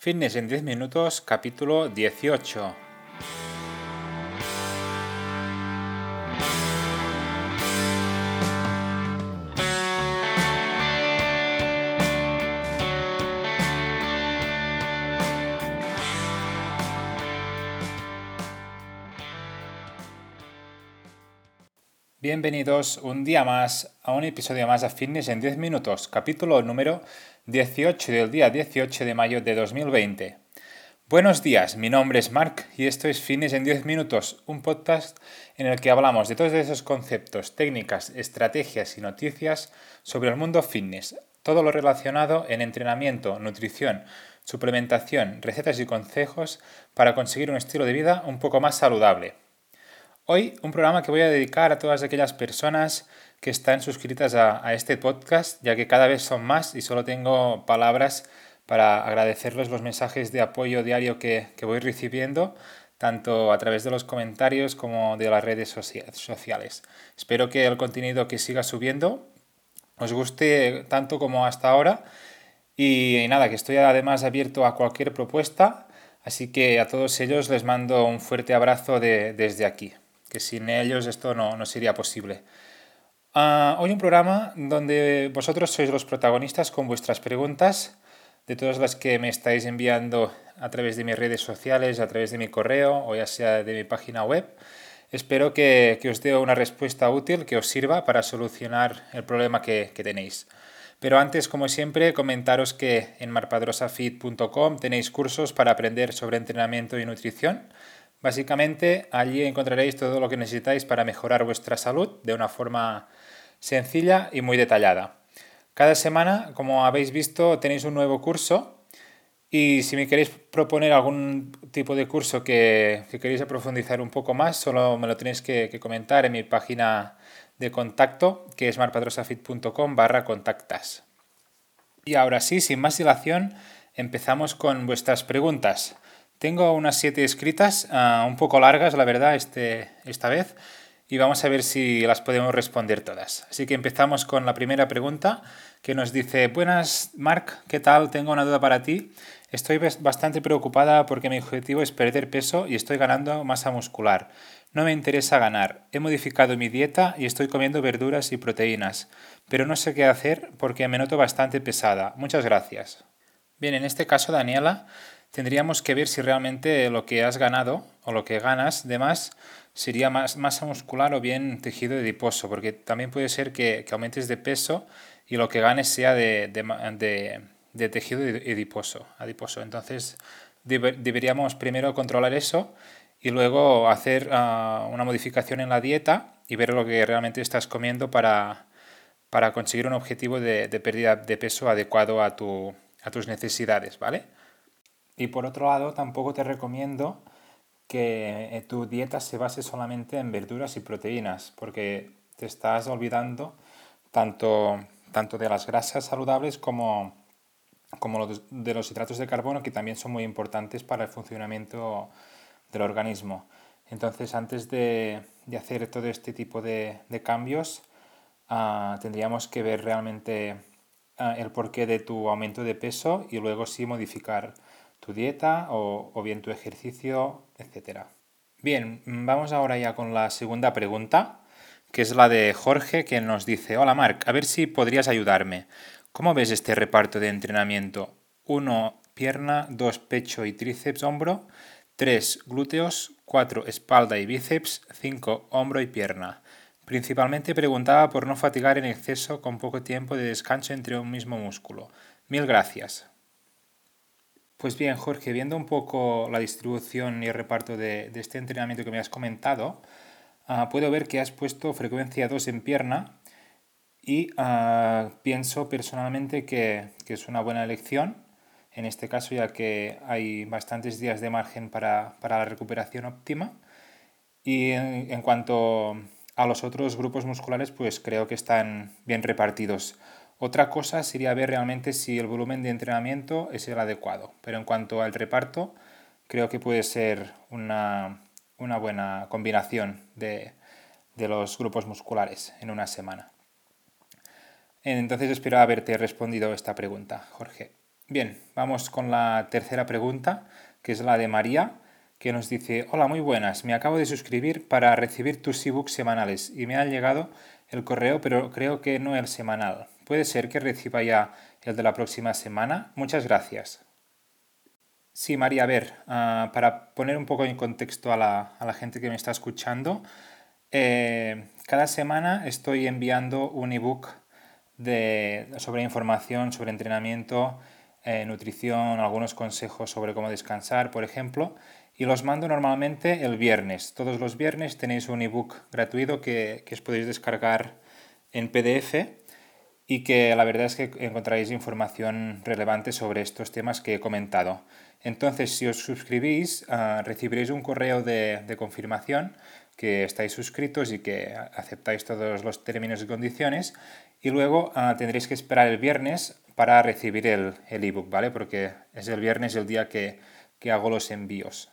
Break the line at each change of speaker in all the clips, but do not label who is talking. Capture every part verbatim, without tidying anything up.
Fitness en diez minutos, capítulo dieciocho. Bienvenidos un día más a un episodio más de Fitness en diez minutos, capítulo número dieciocho del día dieciocho de mayo de dos mil veinte. Buenos días, mi nombre es Marc y esto es Fitness en diez minutos, un podcast en el que hablamos de todos esos conceptos, técnicas, estrategias y noticias sobre el mundo fitness, todo lo relacionado en entrenamiento, nutrición, suplementación, recetas y consejos para conseguir un estilo de vida un poco más saludable. Hoy un programa que voy a dedicar a todas aquellas personas que están suscritas a, a este podcast, ya que cada vez son más y solo tengo palabras para agradecerles los mensajes de apoyo diario que, que voy recibiendo, tanto a través de los comentarios como de las redes sociales. Espero que el contenido que siga subiendo os guste tanto como hasta ahora y, y nada, que estoy además abierto a cualquier propuesta, así que a todos ellos les mando un fuerte abrazo de, desde aquí, que sin ellos esto no, no sería posible. Uh, hoy un programa donde vosotros sois los protagonistas con vuestras preguntas, de todas las que me estáis enviando a través de mis redes sociales, a través de mi correo o ya sea de mi página web. Espero que, que os dé una respuesta útil que os sirva para solucionar el problema que, que tenéis. Pero antes, como siempre, comentaros que en marpadrosafit punto com tenéis cursos para aprender sobre entrenamiento y nutrición. Básicamente, allí encontraréis todo lo que necesitáis para mejorar vuestra salud de una forma sencilla y muy detallada. Cada semana, como habéis visto, tenéis un nuevo curso y si me queréis proponer algún tipo de curso que, que queréis profundizar un poco más, solo me lo tenéis que, que comentar en mi página de contacto, que es marpadrosafit punto com barra contactas. Y ahora sí, sin más dilación, empezamos con vuestras preguntas. Tengo unas siete escritas, uh, un poco largas, la verdad, este, esta vez, y vamos a ver si las podemos responder todas. Así que empezamos con la primera pregunta, que nos dice: Buenas, Marc, ¿qué tal? Tengo una duda para ti. Estoy bastante preocupada porque mi objetivo es perder peso y estoy ganando masa muscular. No me interesa ganar. He modificado mi dieta y estoy comiendo verduras y proteínas, pero no sé qué hacer porque me noto bastante pesada. Muchas gracias. Bien, en este caso, Daniela, tendríamos que ver si realmente lo que has ganado o lo que ganas de más sería más masa muscular o bien tejido adiposo, porque también puede ser que, que aumentes de peso y lo que ganes sea de, de, de, de tejido adiposo, adiposo. Entonces debe, deberíamos primero controlar eso y luego hacer uh, una modificación en la dieta y ver lo que realmente estás comiendo para, para conseguir un objetivo de, de pérdida de peso adecuado a, tu, a tus necesidades, ¿vale? Y por otro lado, tampoco te recomiendo que tu dieta se base solamente en verduras y proteínas, porque te estás olvidando tanto, tanto de las grasas saludables como, como de los hidratos de carbono, que también son muy importantes para el funcionamiento del organismo. Entonces, antes de, de hacer todo este tipo de, de cambios, uh, tendríamos que ver realmente uh, el porqué de tu aumento de peso y luego sí modificar tu dieta o, o bien tu ejercicio, etcétera. Bien, vamos ahora ya con la segunda pregunta, que es la de Jorge, que nos dice: Hola Marc, a ver si podrías ayudarme. ¿Cómo ves este reparto de entrenamiento? uno pierna, dos pecho y tríceps hombro, tres glúteos, cuatro espalda y bíceps, cinco hombro y pierna. Principalmente preguntaba por no fatigar en exceso con poco tiempo de descanso entre un mismo músculo. Mil gracias. Pues bien, Jorge, viendo un poco la distribución y el reparto de, de este entrenamiento que me has comentado, uh, puedo ver que has puesto frecuencia dos en pierna y uh, pienso personalmente que, que es una buena elección, en este caso ya que hay bastantes días de margen para, para la recuperación óptima. Y en, en cuanto a los otros grupos musculares, pues creo que están bien repartidos. Otra cosa sería ver realmente si el volumen de entrenamiento es el adecuado, pero en cuanto al reparto, creo que puede ser una, una buena combinación de, de los grupos musculares en una semana. Entonces espero haberte respondido esta pregunta, Jorge. Bien, vamos con la tercera pregunta, que es la de María, que nos dice, hola, muy buenas, me acabo de suscribir para recibir tus ebooks semanales y me ha llegado el correo, pero creo que no el semanal. ¿Puede ser que reciba ya el de la próxima semana? Muchas gracias. Sí, María, a ver, ah, para poner un poco en contexto a la, a la gente que me está escuchando, eh, cada semana estoy enviando un ebook de, sobre información, sobre entrenamiento, eh, nutrición, algunos consejos sobre cómo descansar, por ejemplo, y los mando normalmente el viernes. Todos los viernes tenéis un ebook gratuito que, que os podéis descargar en P D F y que la verdad es que encontraréis información relevante sobre estos temas que he comentado. Entonces, si os suscribís, uh, recibiréis un correo de, de confirmación que estáis suscritos y que aceptáis todos los términos y condiciones, y luego uh, tendréis que esperar el viernes para recibir el el ebook, ¿vale? Porque es el viernes el día que, que hago los envíos.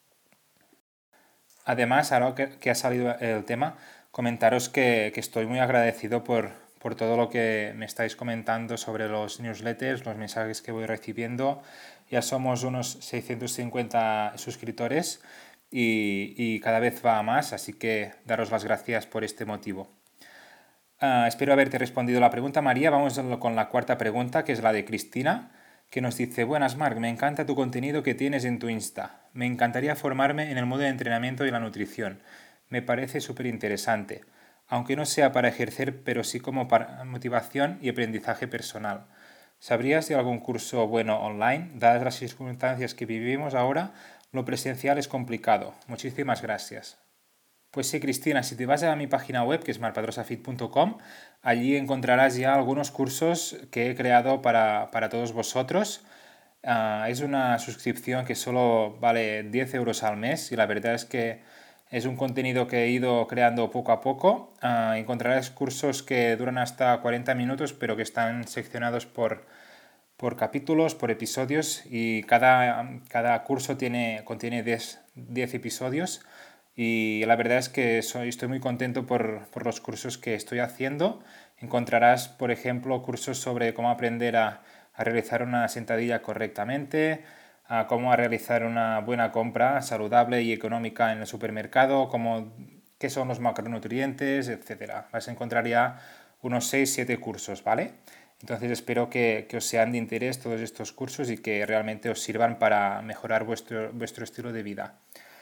Además, ahora que, que ha salido el tema, comentaros que, que estoy muy agradecido por, por todo lo que me estáis comentando sobre los newsletters, los mensajes que voy recibiendo. Ya somos unos seiscientos cincuenta suscriptores y, y cada vez va a más, así que daros las gracias por este motivo. Ah, espero haberte respondido la pregunta, María. Vamos con la cuarta pregunta, que es la de Cristina, que nos dice, buenas Marc, me encanta tu contenido que tienes en tu Insta. Me encantaría formarme en el modo de entrenamiento y la nutrición. Me parece súper interesante, aunque no sea para ejercer, pero sí como para motivación y aprendizaje personal. ¿Sabrías de algún curso bueno online? Dadas las circunstancias que vivimos ahora, lo presencial es complicado. Muchísimas gracias. Pues sí, Cristina, si te vas a mi página web, que es marpadrosafit punto com, allí encontrarás ya algunos cursos que he creado para, para todos vosotros. Uh, es una suscripción que solo vale diez euros al mes y la verdad es que es un contenido que he ido creando poco a poco. Uh, encontrarás cursos que duran hasta cuarenta minutos, pero que están seccionados por, por capítulos, por episodios y cada, cada curso tiene, contiene diez episodios y la verdad es que soy, estoy muy contento por, por los cursos que estoy haciendo. Encontrarás, por ejemplo, cursos sobre cómo aprender a, a realizar una sentadilla correctamente, a cómo a realizar una buena compra saludable y económica en el supermercado, cómo, qué son los macronutrientes, etcétera. Vas a encontrar ya unos seis siete cursos, ¿vale? Entonces espero que, que, os sean de interés todos estos cursos y que realmente os sirvan para mejorar vuestro, vuestro estilo de vida.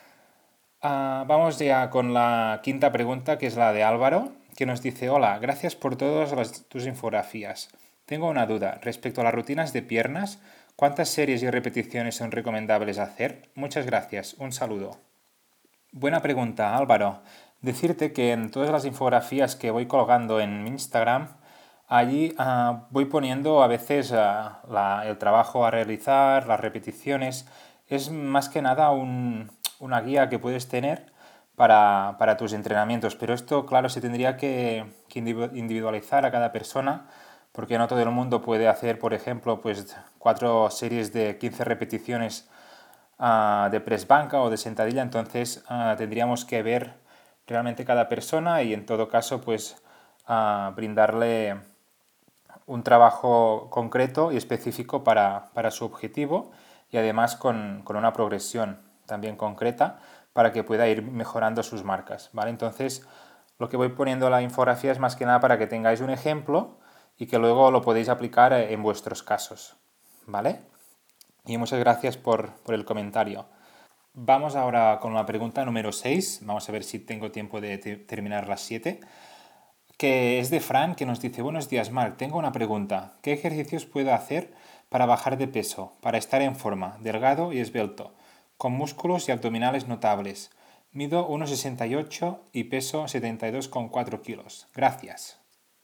Uh, vamos ya con la quinta pregunta, que es la de Álvaro, que nos dice, hola, gracias por todas las, tus infografías. Tengo una duda respecto a las rutinas de piernas. ¿Cuántas series y repeticiones son recomendables hacer? Muchas gracias. Un saludo. Buena pregunta, Álvaro. Decirte que en todas las infografías que voy colgando en mi Instagram, allí uh, voy poniendo a veces uh, la, el trabajo a realizar, las repeticiones. Es más que nada un, una guía que puedes tener para, para, tus entrenamientos, pero esto, claro, se tendría que, que individualizar a cada persona, porque no todo el mundo puede hacer, por ejemplo, pues cuatro series de quince repeticiones uh, de press banca o de sentadilla, entonces uh, tendríamos que ver realmente cada persona y en todo caso, pues uh, brindarle un trabajo concreto y específico para, para su objetivo y además con, con, una progresión también concreta para que pueda ir mejorando sus marcas, ¿vale? Entonces, lo que voy poniendo en la infografía es más que nada para que tengáis un ejemplo y que luego lo podéis aplicar en vuestros casos, ¿vale? Y muchas gracias por, por el comentario. Vamos ahora con la pregunta número seis. Vamos a ver si tengo tiempo de te terminar las siete. Que es de Fran, que nos dice, buenos días Marc, tengo una pregunta. ¿Qué ejercicios puedo hacer para bajar de peso, para estar en forma, delgado y esbelto, con músculos y abdominales notables? Mido uno sesenta y ocho y peso setenta y dos coma cuatro kilos. Gracias.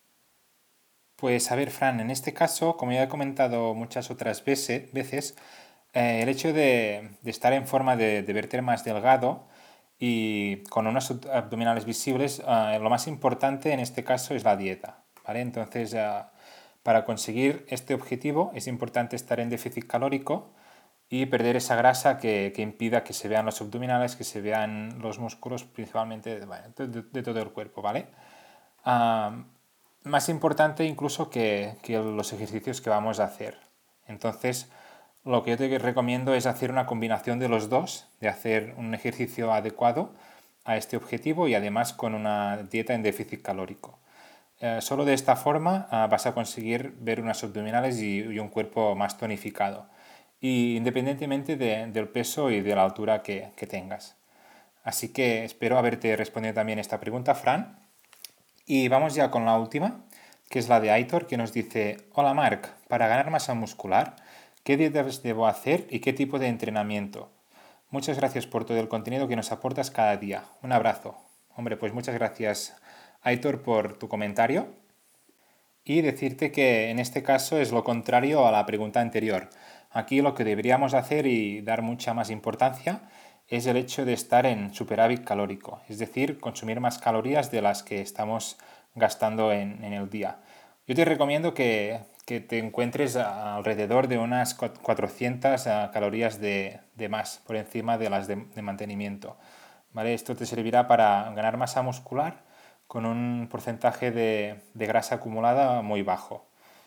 Pues a ver, Fran, en este caso, como ya he comentado muchas otras veces, veces eh, el hecho de, de, estar en forma, de, de verte más delgado y con unos abdominales visibles, eh, lo más importante en este caso es la dieta, ¿vale? Entonces, eh, para conseguir este objetivo es importante estar en déficit calórico y perder esa grasa que, que impida que se vean los abdominales, que se vean los músculos, principalmente bueno, de, de, de todo el cuerpo, ¿vale? Uh, más importante incluso que, que los ejercicios que vamos a hacer. Entonces, lo que yo te recomiendo es hacer una combinación de los dos, de hacer un ejercicio adecuado a este objetivo y además con una dieta en déficit calórico. Eh, solo de esta forma uh, vas a conseguir ver unas abdominales y, y un cuerpo más tonificado, y independientemente de, del peso y de la altura que, que tengas. Así que espero haberte respondido también esta pregunta, Fran. Y vamos ya con la última, que es la de Aitor, que nos dice: hola Marc, para ganar masa muscular, ¿qué dietas debo hacer y qué tipo de entrenamiento? Muchas gracias por todo el contenido que nos aportas cada día. Un abrazo. Hombre, pues muchas gracias, Aitor, por tu comentario. Y decirte que en este caso es lo contrario a la pregunta anterior. Aquí lo que deberíamos hacer y dar mucha más importancia es el hecho de estar en superávit calórico, es decir, consumir más calorías de las que estamos gastando en, en el día. Yo te recomiendo que, que te encuentres alrededor de unas cuatrocientas calorías de, de más, por encima de las de, de mantenimiento. ¿Vale? Esto te servirá para ganar masa muscular con un porcentaje de, de grasa acumulada muy bajo.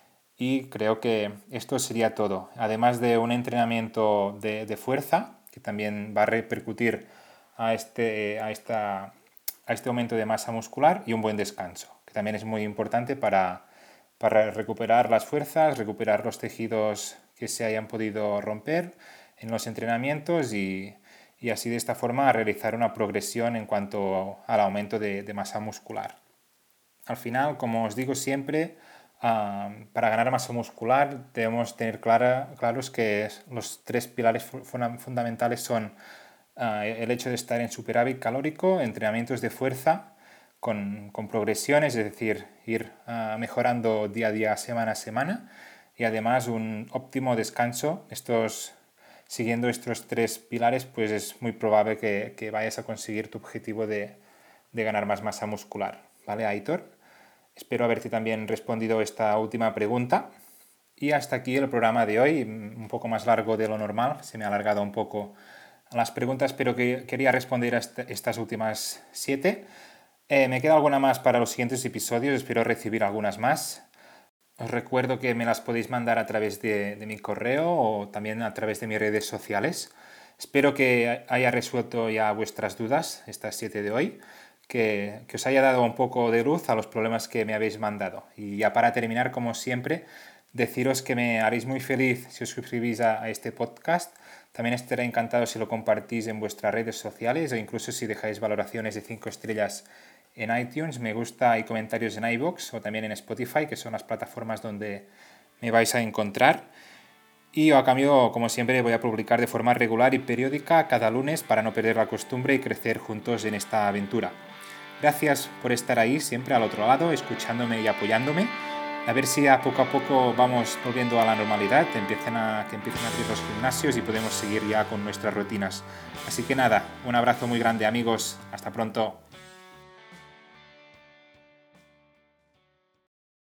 Y creo que esto sería todo. Además de un entrenamiento de, de fuerza, que también va a repercutir a este, a, esta, a este aumento de masa muscular, y un buen descanso, que también es muy importante para, para recuperar las fuerzas, recuperar los tejidos que se hayan podido romper en los entrenamientos y, y así de esta forma realizar una progresión en cuanto al aumento de, de masa muscular. Al final, como os digo siempre, Uh, para ganar masa muscular debemos tener clara, claros que los tres pilares fu fundamentales son uh, el hecho de estar en superávit calórico, entrenamientos de fuerza con, con progresiones, es decir, ir uh, mejorando día a día, semana a semana, y además un óptimo descanso. Estos, siguiendo estos tres pilares, pues es muy probable que, que vayas a conseguir tu objetivo de, de ganar más masa muscular. ¿Vale, Aitor? Espero haberte también respondido esta última pregunta. Y hasta aquí el programa de hoy, un poco más largo de lo normal. Se me ha alargado un poco las preguntas, pero que quería responder a estas últimas siete. Eh, me queda alguna más para los siguientes episodios, espero recibir algunas más. Os recuerdo que me las podéis mandar a través de, de mi correo o también a través de mis redes sociales. Espero que haya resuelto ya vuestras dudas, estas siete de hoy. Que, que os haya dado un poco de luz a los problemas que me habéis mandado. Y ya para terminar, como siempre, deciros que me haréis muy feliz si os suscribís a, a este podcast. También estaré encantado si lo compartís en vuestras redes sociales o incluso si dejáis valoraciones de cinco estrellas en iTunes, me gusta y comentarios en iVoox o también en Spotify, que son las plataformas donde me vais a encontrar. Y a cambio, como siempre, voy a publicar de forma regular y periódica cada lunes para no perder la costumbre y crecer juntos en esta aventura. Gracias por estar ahí, siempre al otro lado, escuchándome y apoyándome. A ver si a poco a poco vamos volviendo a la normalidad, empiecen a, que empiecen a abrir los gimnasios y podemos seguir ya con nuestras rutinas. Así que nada, un abrazo muy grande, amigos. Hasta pronto.